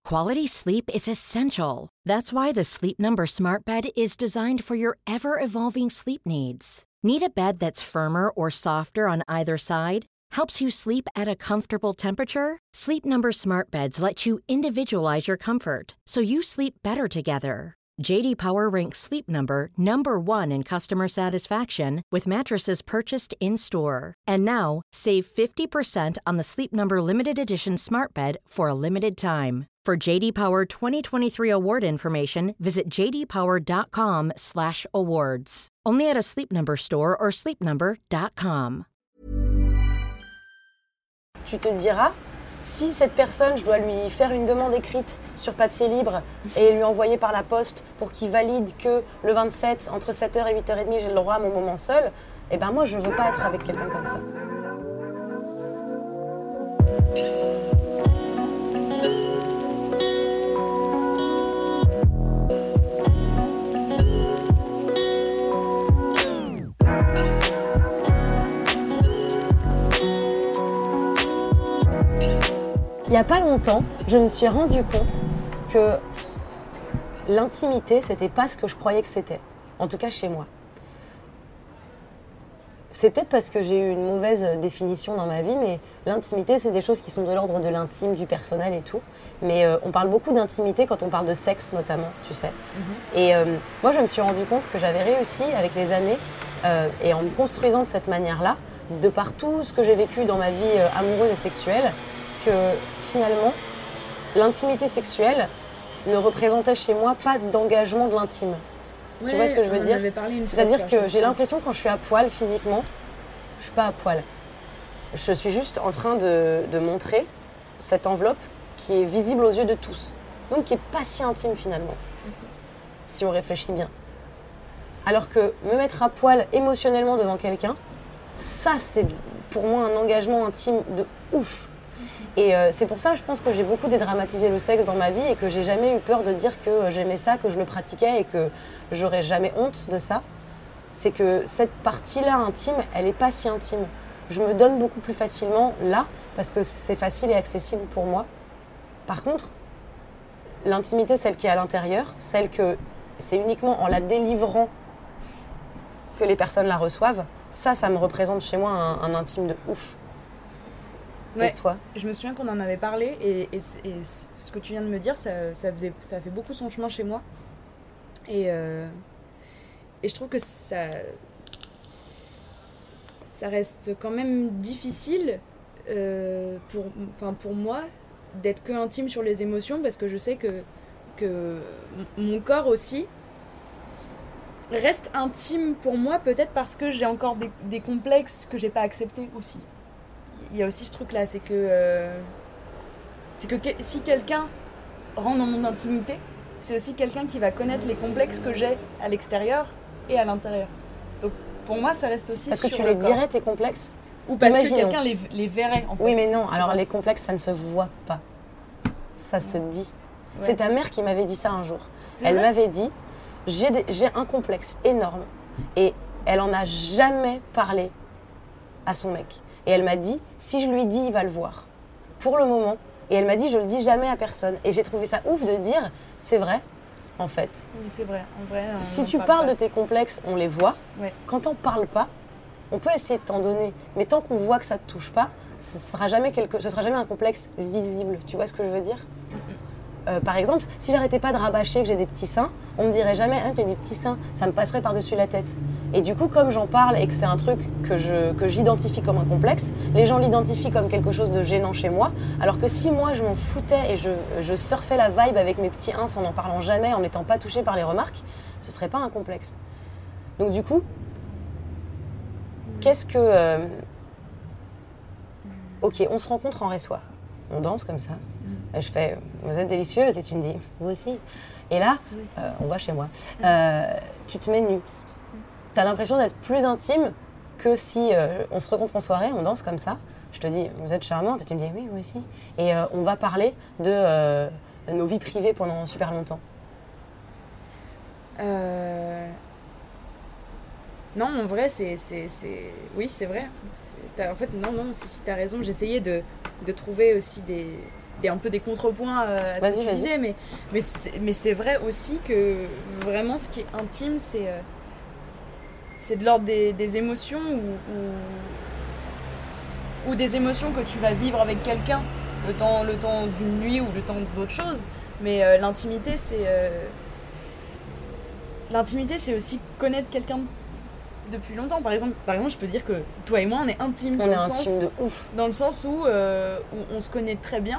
Quality sleep is essential. That's why the Sleep Number Smart Bed is designed for your ever-evolving sleep needs. Need a bed that's firmer or softer on either side? Helps you sleep at a comfortable temperature? Sleep Number Smart Beds let you individualize your comfort, so you sleep better together. J.D. Power ranks Sleep Number number 1 in customer satisfaction with mattresses purchased in-store. And now, save 50% on the Sleep Number Limited Edition Smart Bed for a limited time. For J.D. Power 2023 award information, visit jdpower.com/awards. Only at a Sleep Number store or sleepnumber.com. Tu te diras, si cette personne, je dois lui faire une demande écrite sur papier libre et lui envoyer par la poste pour qu'il valide que le 27, entre 7h et 8h30, j'ai le droit à mon moment seul, eh ben moi, je veux pas être avec quelqu'un comme ça. Il n'y a pas longtemps, je me suis rendu compte que l'intimité, c'était pas ce que je croyais que c'était. En tout cas, chez moi. C'est peut-être parce que j'ai eu une mauvaise définition dans ma vie, mais l'intimité, c'est des choses qui sont de l'ordre de l'intime, du personnel et tout. Mais on parle beaucoup d'intimité quand on parle de sexe, notamment, tu sais. Et moi, je me suis rendu compte que j'avais réussi, avec les années, et en me construisant de cette manière-là, de par tout ce que j'ai vécu dans ma vie amoureuse et sexuelle, que finalement, l'intimité sexuelle ne représentait chez moi pas d'engagement de l'intime. Ouais, tu vois ce que je veux dire ? C'est-à-dire que j'ai l'impression quand je suis à poil physiquement, je suis pas à poil. Je suis juste en train de montrer cette enveloppe qui est visible aux yeux de tous. Donc qui est pas si intime finalement, si on réfléchit bien. Alors que me mettre à poil émotionnellement devant quelqu'un, ça c'est pour moi un engagement intime de ouf. Et c'est pour ça, je pense que j'ai beaucoup dédramatisé le sexe dans ma vie et que j'ai jamais eu peur de dire que j'aimais ça, que je le pratiquais et que j'aurais jamais honte de ça. C'est que cette partie-là intime, elle est pas si intime. Je me donne beaucoup plus facilement là, parce que c'est facile et accessible pour moi. Par contre, l'intimité, celle qui est à l'intérieur, celle que c'est uniquement en la délivrant que les personnes la reçoivent, ça me représente chez moi un intime de ouf. Ouais, et toi ? Je me souviens qu'on en avait parlé et ce que tu viens de me dire, ça fait beaucoup son chemin chez moi. Et je trouve que ça reste quand même difficile pour moi d'être que intime sur les émotions parce que je sais que mon corps aussi reste intime pour moi, peut-être parce que j'ai encore des complexes que j'ai pas acceptés aussi. Il y a aussi ce truc là, c'est que si quelqu'un rentre dans mon intimité, c'est aussi quelqu'un qui va connaître les complexes que j'ai à l'extérieur et à l'intérieur. Donc pour moi ça reste aussi parce sur que tu le les corps. dirais tes complexes ? Ou parce Imaginons. que quelqu'un les verrait en fait. Oui mais non, alors les complexes ça ne se voit pas, ça se dit. Ouais. C'est ta mère qui m'avait dit ça un jour. Elle m'avait dit j'ai un complexe énorme et elle en a jamais parlé à son mec. Et elle m'a dit, si je lui dis, il va le voir. Pour le moment. Et elle m'a dit, je le dis jamais à personne. Et j'ai trouvé ça ouf de dire, c'est vrai, en fait. Oui, c'est vrai. En vrai, si tu parles de tes complexes, on les voit. Ouais. Quand t'en parles pas, on peut essayer de t'en donner. Mais tant qu'on voit que ça te touche pas, ce sera jamais un complexe visible. Tu vois ce que je veux dire ? Par exemple, si j'arrêtais pas de rabâcher que j'ai des petits seins, on me dirait jamais « tu as des petits seins », ça me passerait par-dessus la tête. Et du coup, comme j'en parle et que c'est un truc que j'identifie comme un complexe, les gens l'identifient comme quelque chose de gênant chez moi, alors que si moi je m'en foutais et je surfais la vibe avec mes petits ins en n'en parlant jamais, en n'étant pas touchée par les remarques, ce serait pas un complexe. Donc du coup, qu'est-ce que... Ok, on se rencontre en réçoit, on danse comme ça. Et je fais « vous êtes délicieuse » et tu me dis « vous aussi ». Et là, on va chez moi. Tu te mets nue. Tu as l'impression d'être plus intime que si on se rencontre en soirée, on danse comme ça. Je te dis « vous êtes charmante » et tu me dis « oui, vous aussi ». Et on va parler de nos vies privées pendant super longtemps. Non, en vrai, oui, c'est vrai. En fait, non, si t'as raison. J'essayais de trouver aussi un peu des contrepoints à ce que tu disais, mais c'est vrai aussi que vraiment ce qui est intime, c'est de l'ordre des émotions ou des émotions que tu vas vivre avec quelqu'un le temps d'une nuit ou le temps d'autre chose. Mais l'intimité, c'est aussi connaître quelqu'un depuis longtemps. Par exemple, je peux dire que toi et moi, on est intimes. On est intimes de ouf. Dans le sens où on se connaît très bien.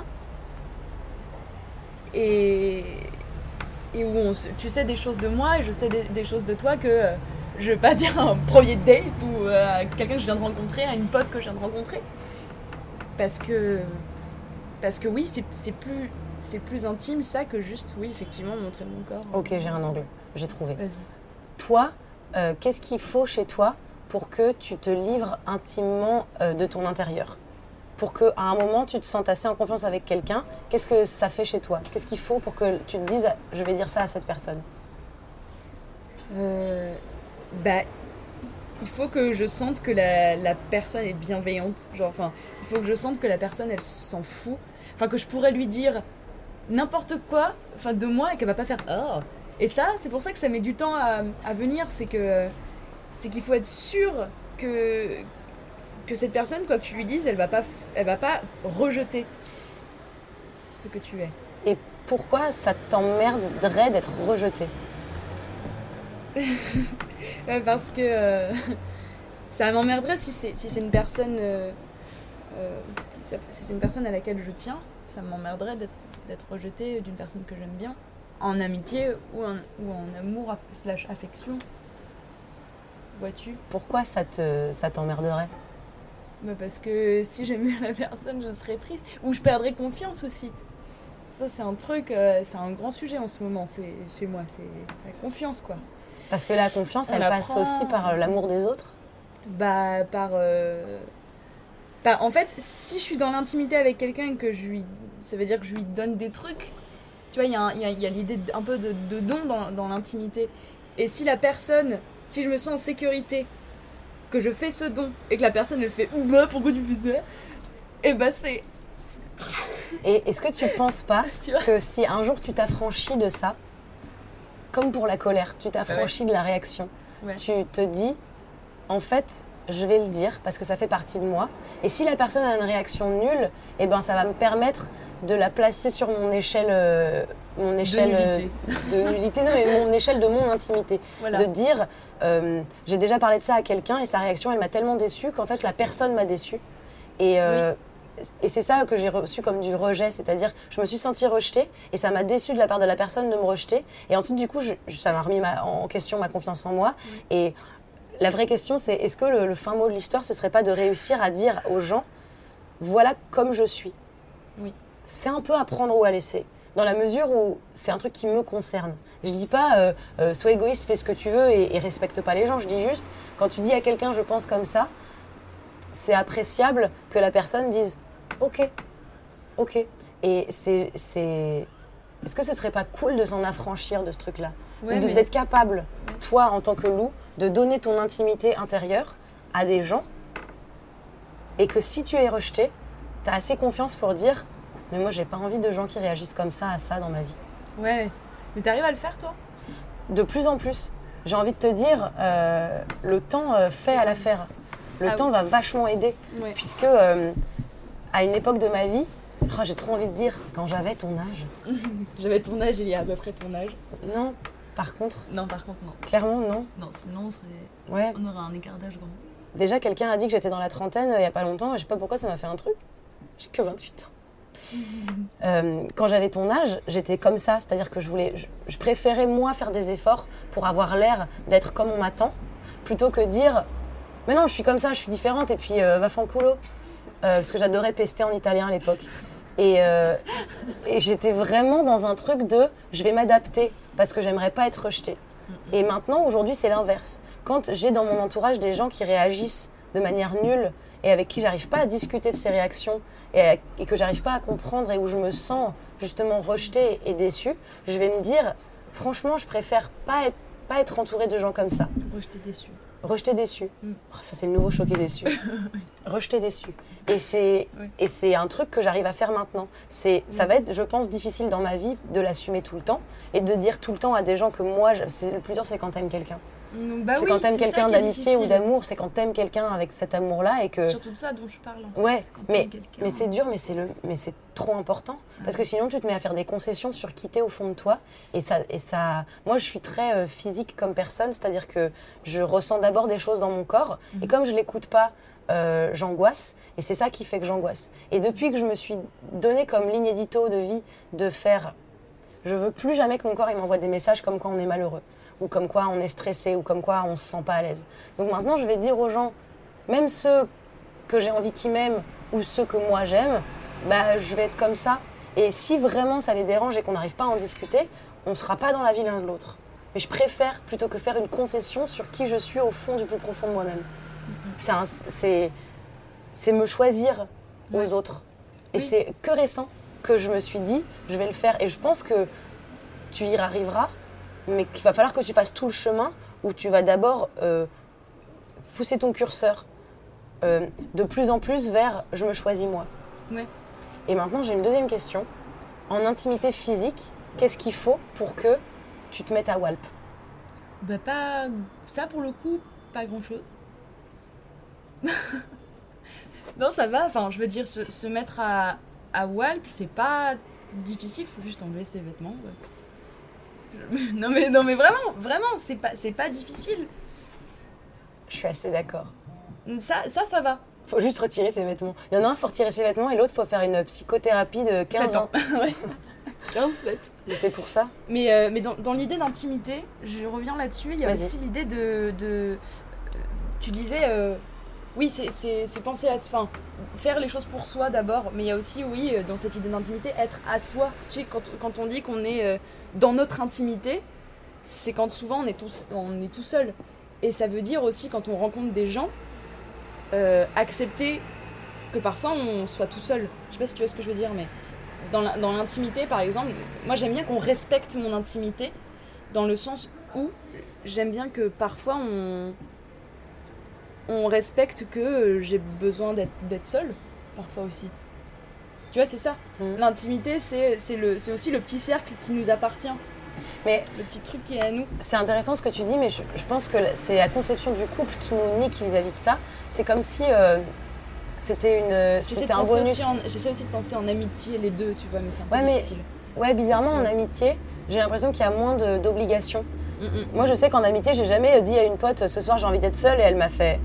Et où tu sais des choses de moi et je sais des choses de toi que je vais pas dire à un premier date ou à quelqu'un que je viens de rencontrer, à une pote que je viens de rencontrer. Parce que oui, c'est plus intime ça que juste, oui, effectivement, montrer mon corps. Ok, j'ai un angle, j'ai trouvé. Vas-y. Toi, qu'est-ce qu'il faut chez toi pour que tu te livres intimement de ton intérieur ? Pour qu'à un moment, tu te sentes assez en confiance avec quelqu'un, qu'est-ce que ça fait chez toi ? Qu'est-ce qu'il faut pour que tu te dises « je vais dire ça à cette personne » ? Il faut que je sente que la personne est bienveillante. Genre, enfin, il faut que je sente que la personne, elle s'en fout. Enfin, que je pourrais lui dire n'importe quoi de moi et qu'elle va pas faire « oh ». Et ça, c'est pour ça que ça met du temps à venir. C'est qu'il faut être sûr que cette personne, quoi que tu lui dises, elle va pas rejeter ce que tu es. Et pourquoi ça t'emmerderait d'être rejeté ? Parce que ça m'emmerderait si c'est une personne si c'est une personne à laquelle je tiens, ça m'emmerderait d'être rejetée d'une personne que j'aime bien, en amitié ou en amour / affection. Vois-tu ? Pourquoi ça t'emmerderait ? Parce que si j'aimais la personne, je serais triste. Ou je perdrais confiance aussi. Ça, c'est un truc, c'est un grand sujet en ce moment. C'est chez moi, c'est la confiance, quoi. Parce que la confiance, elle passe aussi par l'amour des autres ? En fait, si je suis dans l'intimité avec quelqu'un et que ça veut dire que je lui donne des trucs. Tu vois, il y a l'idée un peu de don dans l'intimité. Et si je me sens en sécurité, que je fais ce don, et que la personne elle fait « pourquoi tu fais ça ?» Et c'est... Et est-ce que tu penses pas que si un jour tu t'affranchis de ça, comme pour la colère, tu t'affranchis de la réaction, tu te dis « en fait, je vais le dire parce que ça fait partie de moi. Et si la personne a une réaction nulle, ça va me permettre de la placer sur mon échelle de nullité, non, mais mon échelle de mon intimité. Voilà. De dire, j'ai déjà parlé de ça à quelqu'un et sa réaction, elle m'a tellement déçue qu'en fait, la personne m'a déçue. Et c'est ça que j'ai reçu comme du rejet, c'est-à-dire je me suis sentie rejetée et ça m'a déçue de la part de la personne de me rejeter. Et ensuite, du coup, ça m'a remis en question ma confiance en moi. Et la vraie question, c'est est-ce que le fin mot de l'histoire, ce serait pas de réussir à dire aux gens, voilà comme je suis. Oui. C'est un peu à prendre ou à laisser, dans la mesure où c'est un truc qui me concerne. Je dis pas, sois égoïste, fais ce que tu veux et respecte pas les gens. Je dis juste, quand tu dis à quelqu'un, je pense comme ça, c'est appréciable que la personne dise, ok. Et est-ce que ce serait pas cool de s'en affranchir de ce truc-là ? D'être capable, toi, en tant que loup, de donner ton intimité intérieure à des gens et que si tu es rejeté, tu as assez confiance pour dire « mais moi, j'ai pas envie de gens qui réagissent comme ça à ça dans ma vie ». Ouais, mais t'arrives à le faire, toi ? De plus en plus. J'ai envie de te dire, le temps fait à l'affaire. Le temps va vachement aider. Ouais. Puisque, à une époque de ma vie, j'ai trop envie de dire, quand j'avais ton âge. J'avais ton âge, il y a à peu près ton âge. Non, par contre. Non. Clairement, non. Non, sinon, on aurait un écart d'âge grand. Déjà, quelqu'un a dit que j'étais dans la trentaine il n'y a pas longtemps, et je sais pas pourquoi ça m'a fait un truc. J'ai que 28 ans. Quand j'avais ton âge, j'étais comme ça, c'est-à-dire que je préférais moi faire des efforts pour avoir l'air d'être comme on m'attend, plutôt que dire mais non, je suis comme ça, je suis différente, et puis va fanculo, parce que j'adorais pester en italien à l'époque. Et j'étais vraiment dans un truc de je vais m'adapter parce que j'aimerais pas être rejetée. Et maintenant, aujourd'hui, c'est l'inverse. Quand j'ai dans mon entourage des gens qui réagissent de manière nulle et avec qui j'arrive pas à discuter de ces réactions et que j'arrive pas à comprendre et où je me sens justement rejetée et déçue, je vais me dire, franchement, je préfère pas être entourée de gens comme ça. Rejetée, déçue. rejeté déçu. Ça, c'est le nouveau choqué déçu. Rejeté déçu. Et c'est un truc que j'arrive à faire maintenant. Ça va être, je pense, difficile dans ma vie de l'assumer tout le temps et de dire tout le temps à des gens que moi, le plus dur, c'est quand t'aimes quelqu'un. C'est quand t'aimes quelqu'un d'amitié ou d'amour, c'est quand t'aimes quelqu'un avec cet amour-là et que... C'est surtout de ça dont je parle. En ouais, mais c'est dur, mais c'est trop important. Parce que sinon, tu te mets à faire des concessions sur qui t'es au fond de toi. Et ça... Moi, je suis très physique comme personne, c'est-à-dire que je ressens d'abord des choses dans mon corps. Et comme je l'écoute pas, j'angoisse. Et c'est ça qui fait que j'angoisse. Et depuis que je me suis donné comme ligne édito de vie de faire... Je veux plus jamais que mon corps il m'envoie des messages comme quoi on est malheureux. Ou comme quoi on est stressé, ou comme quoi on se sent pas à l'aise. Donc maintenant, je vais dire aux gens, même ceux que j'ai envie qu'ils m'aiment, ou ceux que moi j'aime, bah, je vais être comme ça. Et si vraiment ça les dérange et qu'on n'arrive pas à en discuter, on ne sera pas dans la vie l'un de l'autre. Mais je préfère, plutôt que faire une concession sur qui je suis au fond du plus profond de moi-même. C'est me choisir aux autres. Et c'est que récent que je me suis dit, je vais le faire. Et je pense que tu y arriveras, mais qu'il va falloir que tu fasses tout le chemin où tu vas d'abord pousser ton curseur de plus en plus vers « je me choisis moi ». Et maintenant, j'ai une deuxième question. En intimité physique, qu'est-ce qu'il faut pour que tu te mettes à Walp ? Bah pas... Ça, pour le coup, pas grand-chose. Non, ça va. Enfin, je veux dire, se mettre à Walp, c'est pas difficile. Faut juste enlever ses vêtements. Non mais vraiment, c'est pas difficile. Je suis assez d'accord. Ça va. Faut juste retirer ses vêtements. Il y en a un, faut retirer ses vêtements, et l'autre, faut faire une psychothérapie de 15 ans. Ouais. 15-7. Mais c'est pour ça. Mais dans l'idée d'intimité, je reviens là-dessus, il y a aussi l'idée de tu disais, oui, c'est penser à... Enfin, faire les choses pour soi d'abord, mais il y a aussi, oui, dans cette idée d'intimité, être à soi. Tu sais, quand on dit qu'on est dans notre intimité, c'est quand souvent on est tout seul. Et ça veut dire aussi, quand on rencontre des gens, accepter que parfois on soit tout seul. Je sais pas si tu vois ce que je veux dire, mais dans l'intimité, par exemple, moi j'aime bien qu'on respecte mon intimité, dans le sens où j'aime bien que parfois on respecte que j'ai besoin d'être seule, parfois aussi. Tu vois, c'est ça. L'intimité, c'est aussi le petit cercle qui nous appartient. Mais le petit truc qui est à nous. C'est intéressant ce que tu dis, mais je pense que c'est la conception du couple qui nous nique vis-à-vis de ça. C'est comme si c'était un bonus. J'essaie aussi de penser en amitié, les deux, tu vois, mais c'est un peu difficile. Ouais, bizarrement, en amitié, j'ai l'impression qu'il y a moins d'obligations. Moi, je sais qu'en amitié, j'ai jamais dit à une pote, ce soir, j'ai envie d'être seule, et elle m'a fait...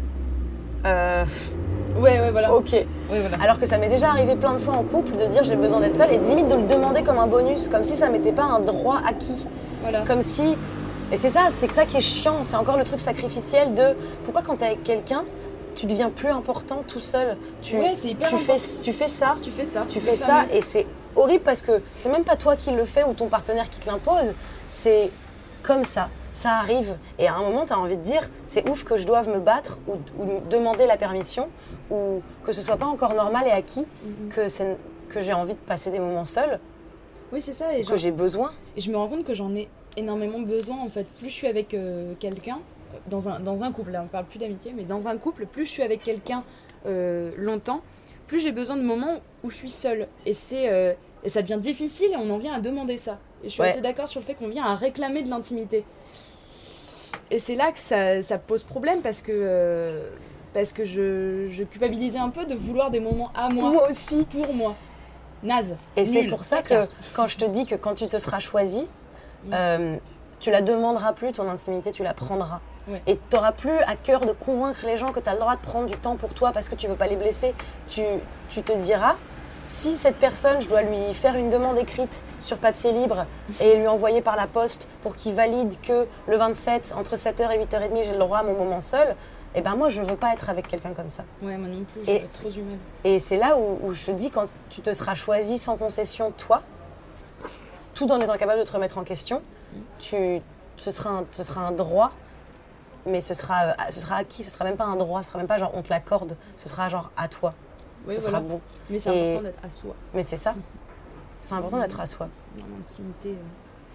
Ouais, voilà. Ok. Ouais, voilà. Alors que ça m'est déjà arrivé plein de fois en couple de dire j'ai besoin d'être seule et limite de le demander comme un bonus, comme si ça m'était pas un droit acquis. Voilà. Comme si... Et c'est ça qui est chiant, c'est encore le truc sacrificiel de pourquoi quand t'es avec quelqu'un, tu deviens plus important tout seul. C'est hyper important. Tu fais ça. Tu fais ça et c'est horrible parce que c'est même pas toi qui le fais ou ton partenaire qui te l'impose, c'est comme ça. Ça arrive et à un moment tu as envie de dire c'est ouf que je doive me battre ou demander la permission ou que ce soit pas encore normal et acquis que j'ai envie de passer des moments seuls. Oui, c'est ça. Que j'ai besoin. Et je me rends compte que j'en ai énormément besoin en fait. Plus je suis avec quelqu'un, dans un couple, là on parle plus d'amitié, mais dans un couple, plus je suis avec quelqu'un longtemps, plus j'ai besoin de moments où je suis seule. Et ça devient difficile et on en vient à demander ça. Et je suis assez d'accord sur le fait qu'on vient à réclamer de l'intimité. Et c'est là que ça pose problème parce que je culpabilisais un peu de vouloir des moments à moi. Moi aussi. Pour moi. Naze. Et c'est pour ça que quand je te dis que quand tu te seras choisi, tu la demanderas plus, ton intimité, tu la prendras. Ouais. Et tu n'auras plus à cœur de convaincre les gens que tu as le droit de prendre du temps pour toi parce que tu ne veux pas les blesser. Tu te diras, si cette personne, je dois lui faire une demande écrite sur papier libre et lui envoyer par la poste pour qu'il valide que le 27, entre 7h et 8h30, j'ai le droit à mon moment seul, eh ben moi, je ne veux pas être avec quelqu'un comme ça. Ouais, moi non plus, je veux être trop humaine. Et c'est là où je te dis, quand tu te seras choisi sans concession, toi, tout en étant capable de te remettre en question, ce sera un droit, mais ce sera acquis, ce sera même pas un droit, ce sera même pas genre on te l'accorde, ce sera genre à toi. Oui, ce sera bon. Mais c'est important d'être à soi. Mais c'est ça. C'est important d'être à soi. Dans l'intimité.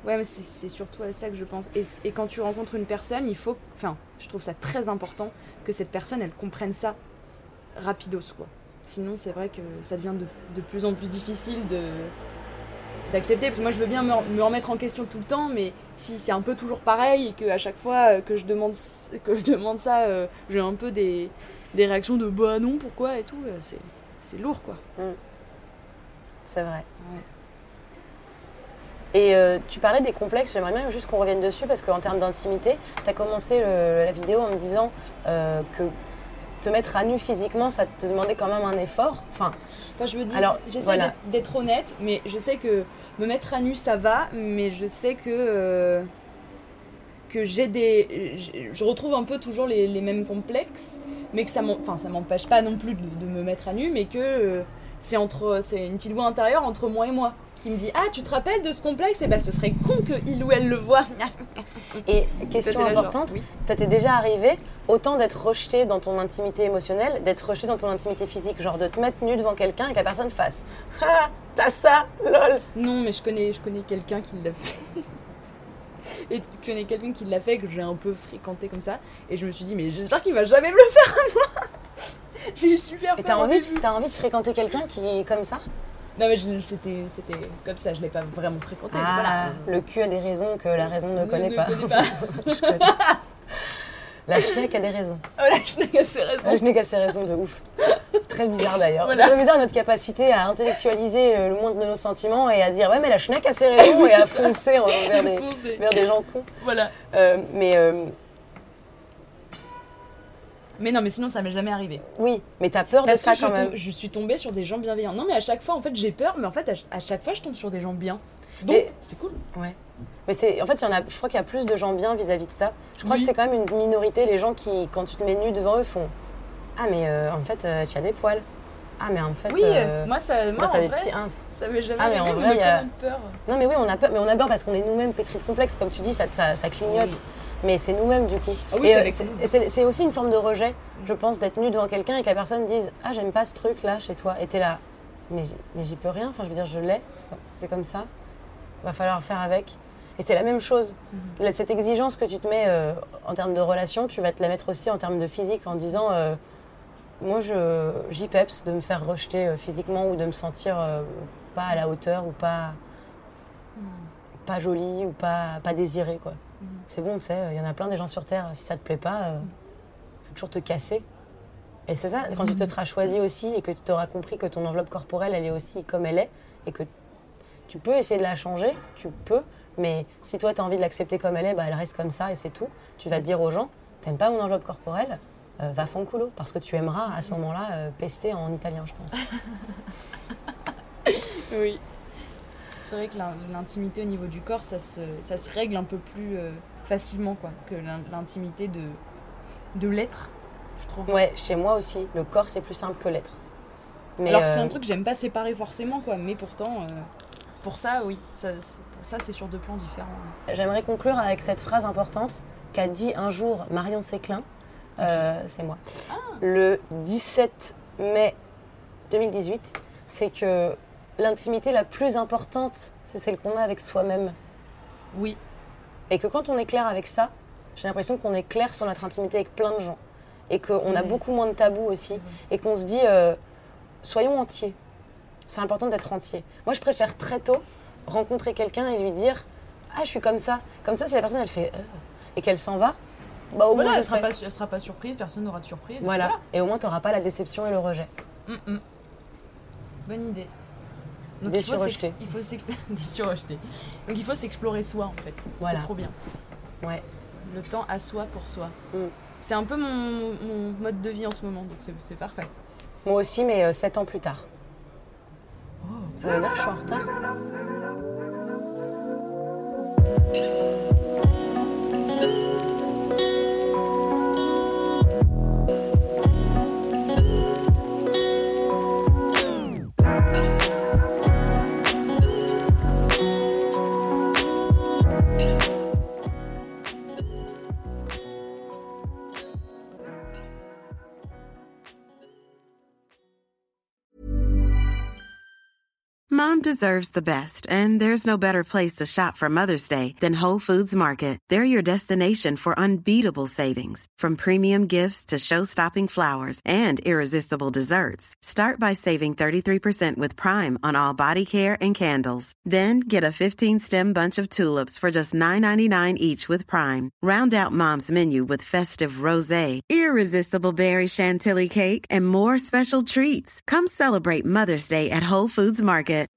Ouais, mais c'est surtout à ça que je pense. Et quand tu rencontres une personne, je trouve ça très important que cette personne, elle comprenne ça rapidos, quoi. Sinon, c'est vrai que ça devient de plus en plus difficile d'accepter. Parce que moi, je veux bien me remettre en question tout le temps, mais si c'est un peu toujours pareil et qu'à chaque fois que je demande ça, j'ai un peu des réactions de bah non, pourquoi et tout, c'est lourd, quoi. C'est vrai. Ouais. Et tu parlais des complexes, j'aimerais bien juste qu'on revienne dessus parce qu'en termes d'intimité, tu as commencé la vidéo en me disant que te mettre à nu physiquement, ça te demandait quand même un effort. Enfin, je me dis, j'essaie d'être honnête, mais je sais que me mettre à nu, ça va, mais je sais que je retrouve un peu toujours les mêmes complexes, mais que ça m'empêche pas non plus de me mettre à nu, mais que c'est une petite voix intérieure entre moi et moi qui me dit « Ah, tu te rappelles de ce complexe ?» Et ce serait con que il ou elle le voit. Et question importante, oui. Ça t'est déjà arrivé autant d'être rejeté dans ton intimité émotionnelle, d'être rejeté dans ton intimité physique, genre de te mettre nu devant quelqu'un et que la personne fasse « Ah, t'as ça, lol !» Non, mais je connais quelqu'un qui l'a fait. Et je connais quelqu'un qui l'a fait, que j'ai un peu fréquenté comme ça. Et je me suis dit « Mais j'espère qu'il va jamais me le faire à moi !» J'ai eu super peur. Et t'as envie de fréquenter quelqu'un qui est comme ça ? Non, mais c'était comme ça, je l'ai pas vraiment fréquenté. Ah, voilà. Le cul a des raisons que la raison ne connaît pas. Je connais. La schneck a des raisons. Oh, la schneck a ses raisons. La schneck a ses raisons de ouf. Très bizarre d'ailleurs. Voilà. C'est très bizarre notre capacité à intellectualiser le moindre de nos sentiments et à dire ouais mais la schneck a ses raisons et à foncer vers des gens cons. Voilà. Mais non, mais sinon ça m'est jamais arrivé. Oui, mais t'as peur de ça quand même. Je suis tombée sur des gens bienveillants. Non, mais à chaque fois, en fait, j'ai peur, mais en fait, à chaque fois, je tombe sur des gens bien. Donc, c'est cool. Ouais. Mais je crois qu'il y a plus de gens bien vis-à-vis de ça. Je crois que c'est quand même une minorité, les gens qui, quand tu te mets nu devant eux, font ah, mais en fait, tu as des poils. Ah, mais en fait. Oui, moi, t'as des petits ins. Ça m'est jamais arrivé. Ah, mais en vrai, il y a peur. Non, mais oui, on a peur. Mais on a peur parce qu'on est nous-mêmes pétris de complexes. Comme tu dis, ça clignote. Oui. Mais c'est nous-mêmes du coup. Ah oui, c'est aussi une forme de rejet, je pense, d'être nu devant quelqu'un et que la personne dise ah j'aime pas ce truc là chez toi et t'es là mais j'y peux rien. Enfin je veux dire je l'ai, c'est comme ça. Va falloir faire avec. Et c'est la même chose. Cette exigence que tu te mets en termes de relation, tu vas te la mettre aussi en termes de physique en disant moi j'y peps de me faire rejeter physiquement ou de me sentir pas à la hauteur ou pas jolie ou pas désirée quoi. C'est bon, tu sais, il y en a plein des gens sur Terre, si ça te plaît pas, faut toujours te casser. Et c'est ça, quand tu te seras choisi aussi et que tu auras compris que ton enveloppe corporelle, elle est aussi comme elle est et que tu peux essayer de la changer, tu peux, mais si toi, tu as envie de l'accepter comme elle est, elle reste comme ça et c'est tout. Tu vas te dire aux gens, t'aimes pas mon enveloppe corporelle, va fanculo, parce que tu aimeras à ce moment-là pester en italien, je pense. Oui. C'est vrai que l'intimité au niveau du corps, ça se règle un peu plus facilement quoi, que l'intimité de l'être, je trouve. Ouais, chez moi aussi, le corps c'est plus simple que l'être. Mais alors que c'est un truc que j'aime pas séparer forcément, quoi, mais pourtant, pour ça, oui, c'est sur deux plans différents. Ouais. J'aimerais conclure avec cette phrase importante qu'a dit un jour Marion Séclin, c'est moi, le 17 mai 2018, c'est que l'intimité la plus importante, c'est celle qu'on a avec soi-même. Oui. Et que quand on est clair avec ça, j'ai l'impression qu'on est clair sur notre intimité avec plein de gens. Et qu'on a beaucoup moins de tabous aussi. Et qu'on se dit, soyons entiers. C'est important d'être entier. Moi, je préfère très tôt rencontrer quelqu'un et lui dire, ah, je suis comme ça. Comme ça, si la personne, elle fait, et qu'elle s'en va, au moins, elle sera pas surprise, personne n'aura de surprise. Voilà. Et au moins, tu n'auras pas la déception et le rejet. Bonne idée. Donc des surrejetés. Des surrejetés. Donc il faut s'explorer soi en fait. Voilà. C'est trop bien. Ouais. Le temps à soi pour soi. C'est un peu mon mode de vie en ce moment, donc c'est parfait. Moi aussi, mais 7 ans plus tard. Oh, ça veut dire que je suis en retard. deserves the best, and there's no better place to shop for Mother's Day than Whole Foods Market. They're your destination for unbeatable savings, from premium gifts to show-stopping flowers and irresistible desserts. Start by saving 33% with Prime on all body care and candles. Then get a 15-stem bunch of tulips for just $9.99 each with Prime. Round out Mom's menu with festive rosé, irresistible berry chantilly cake, and more special treats. Come celebrate Mother's Day at Whole Foods Market.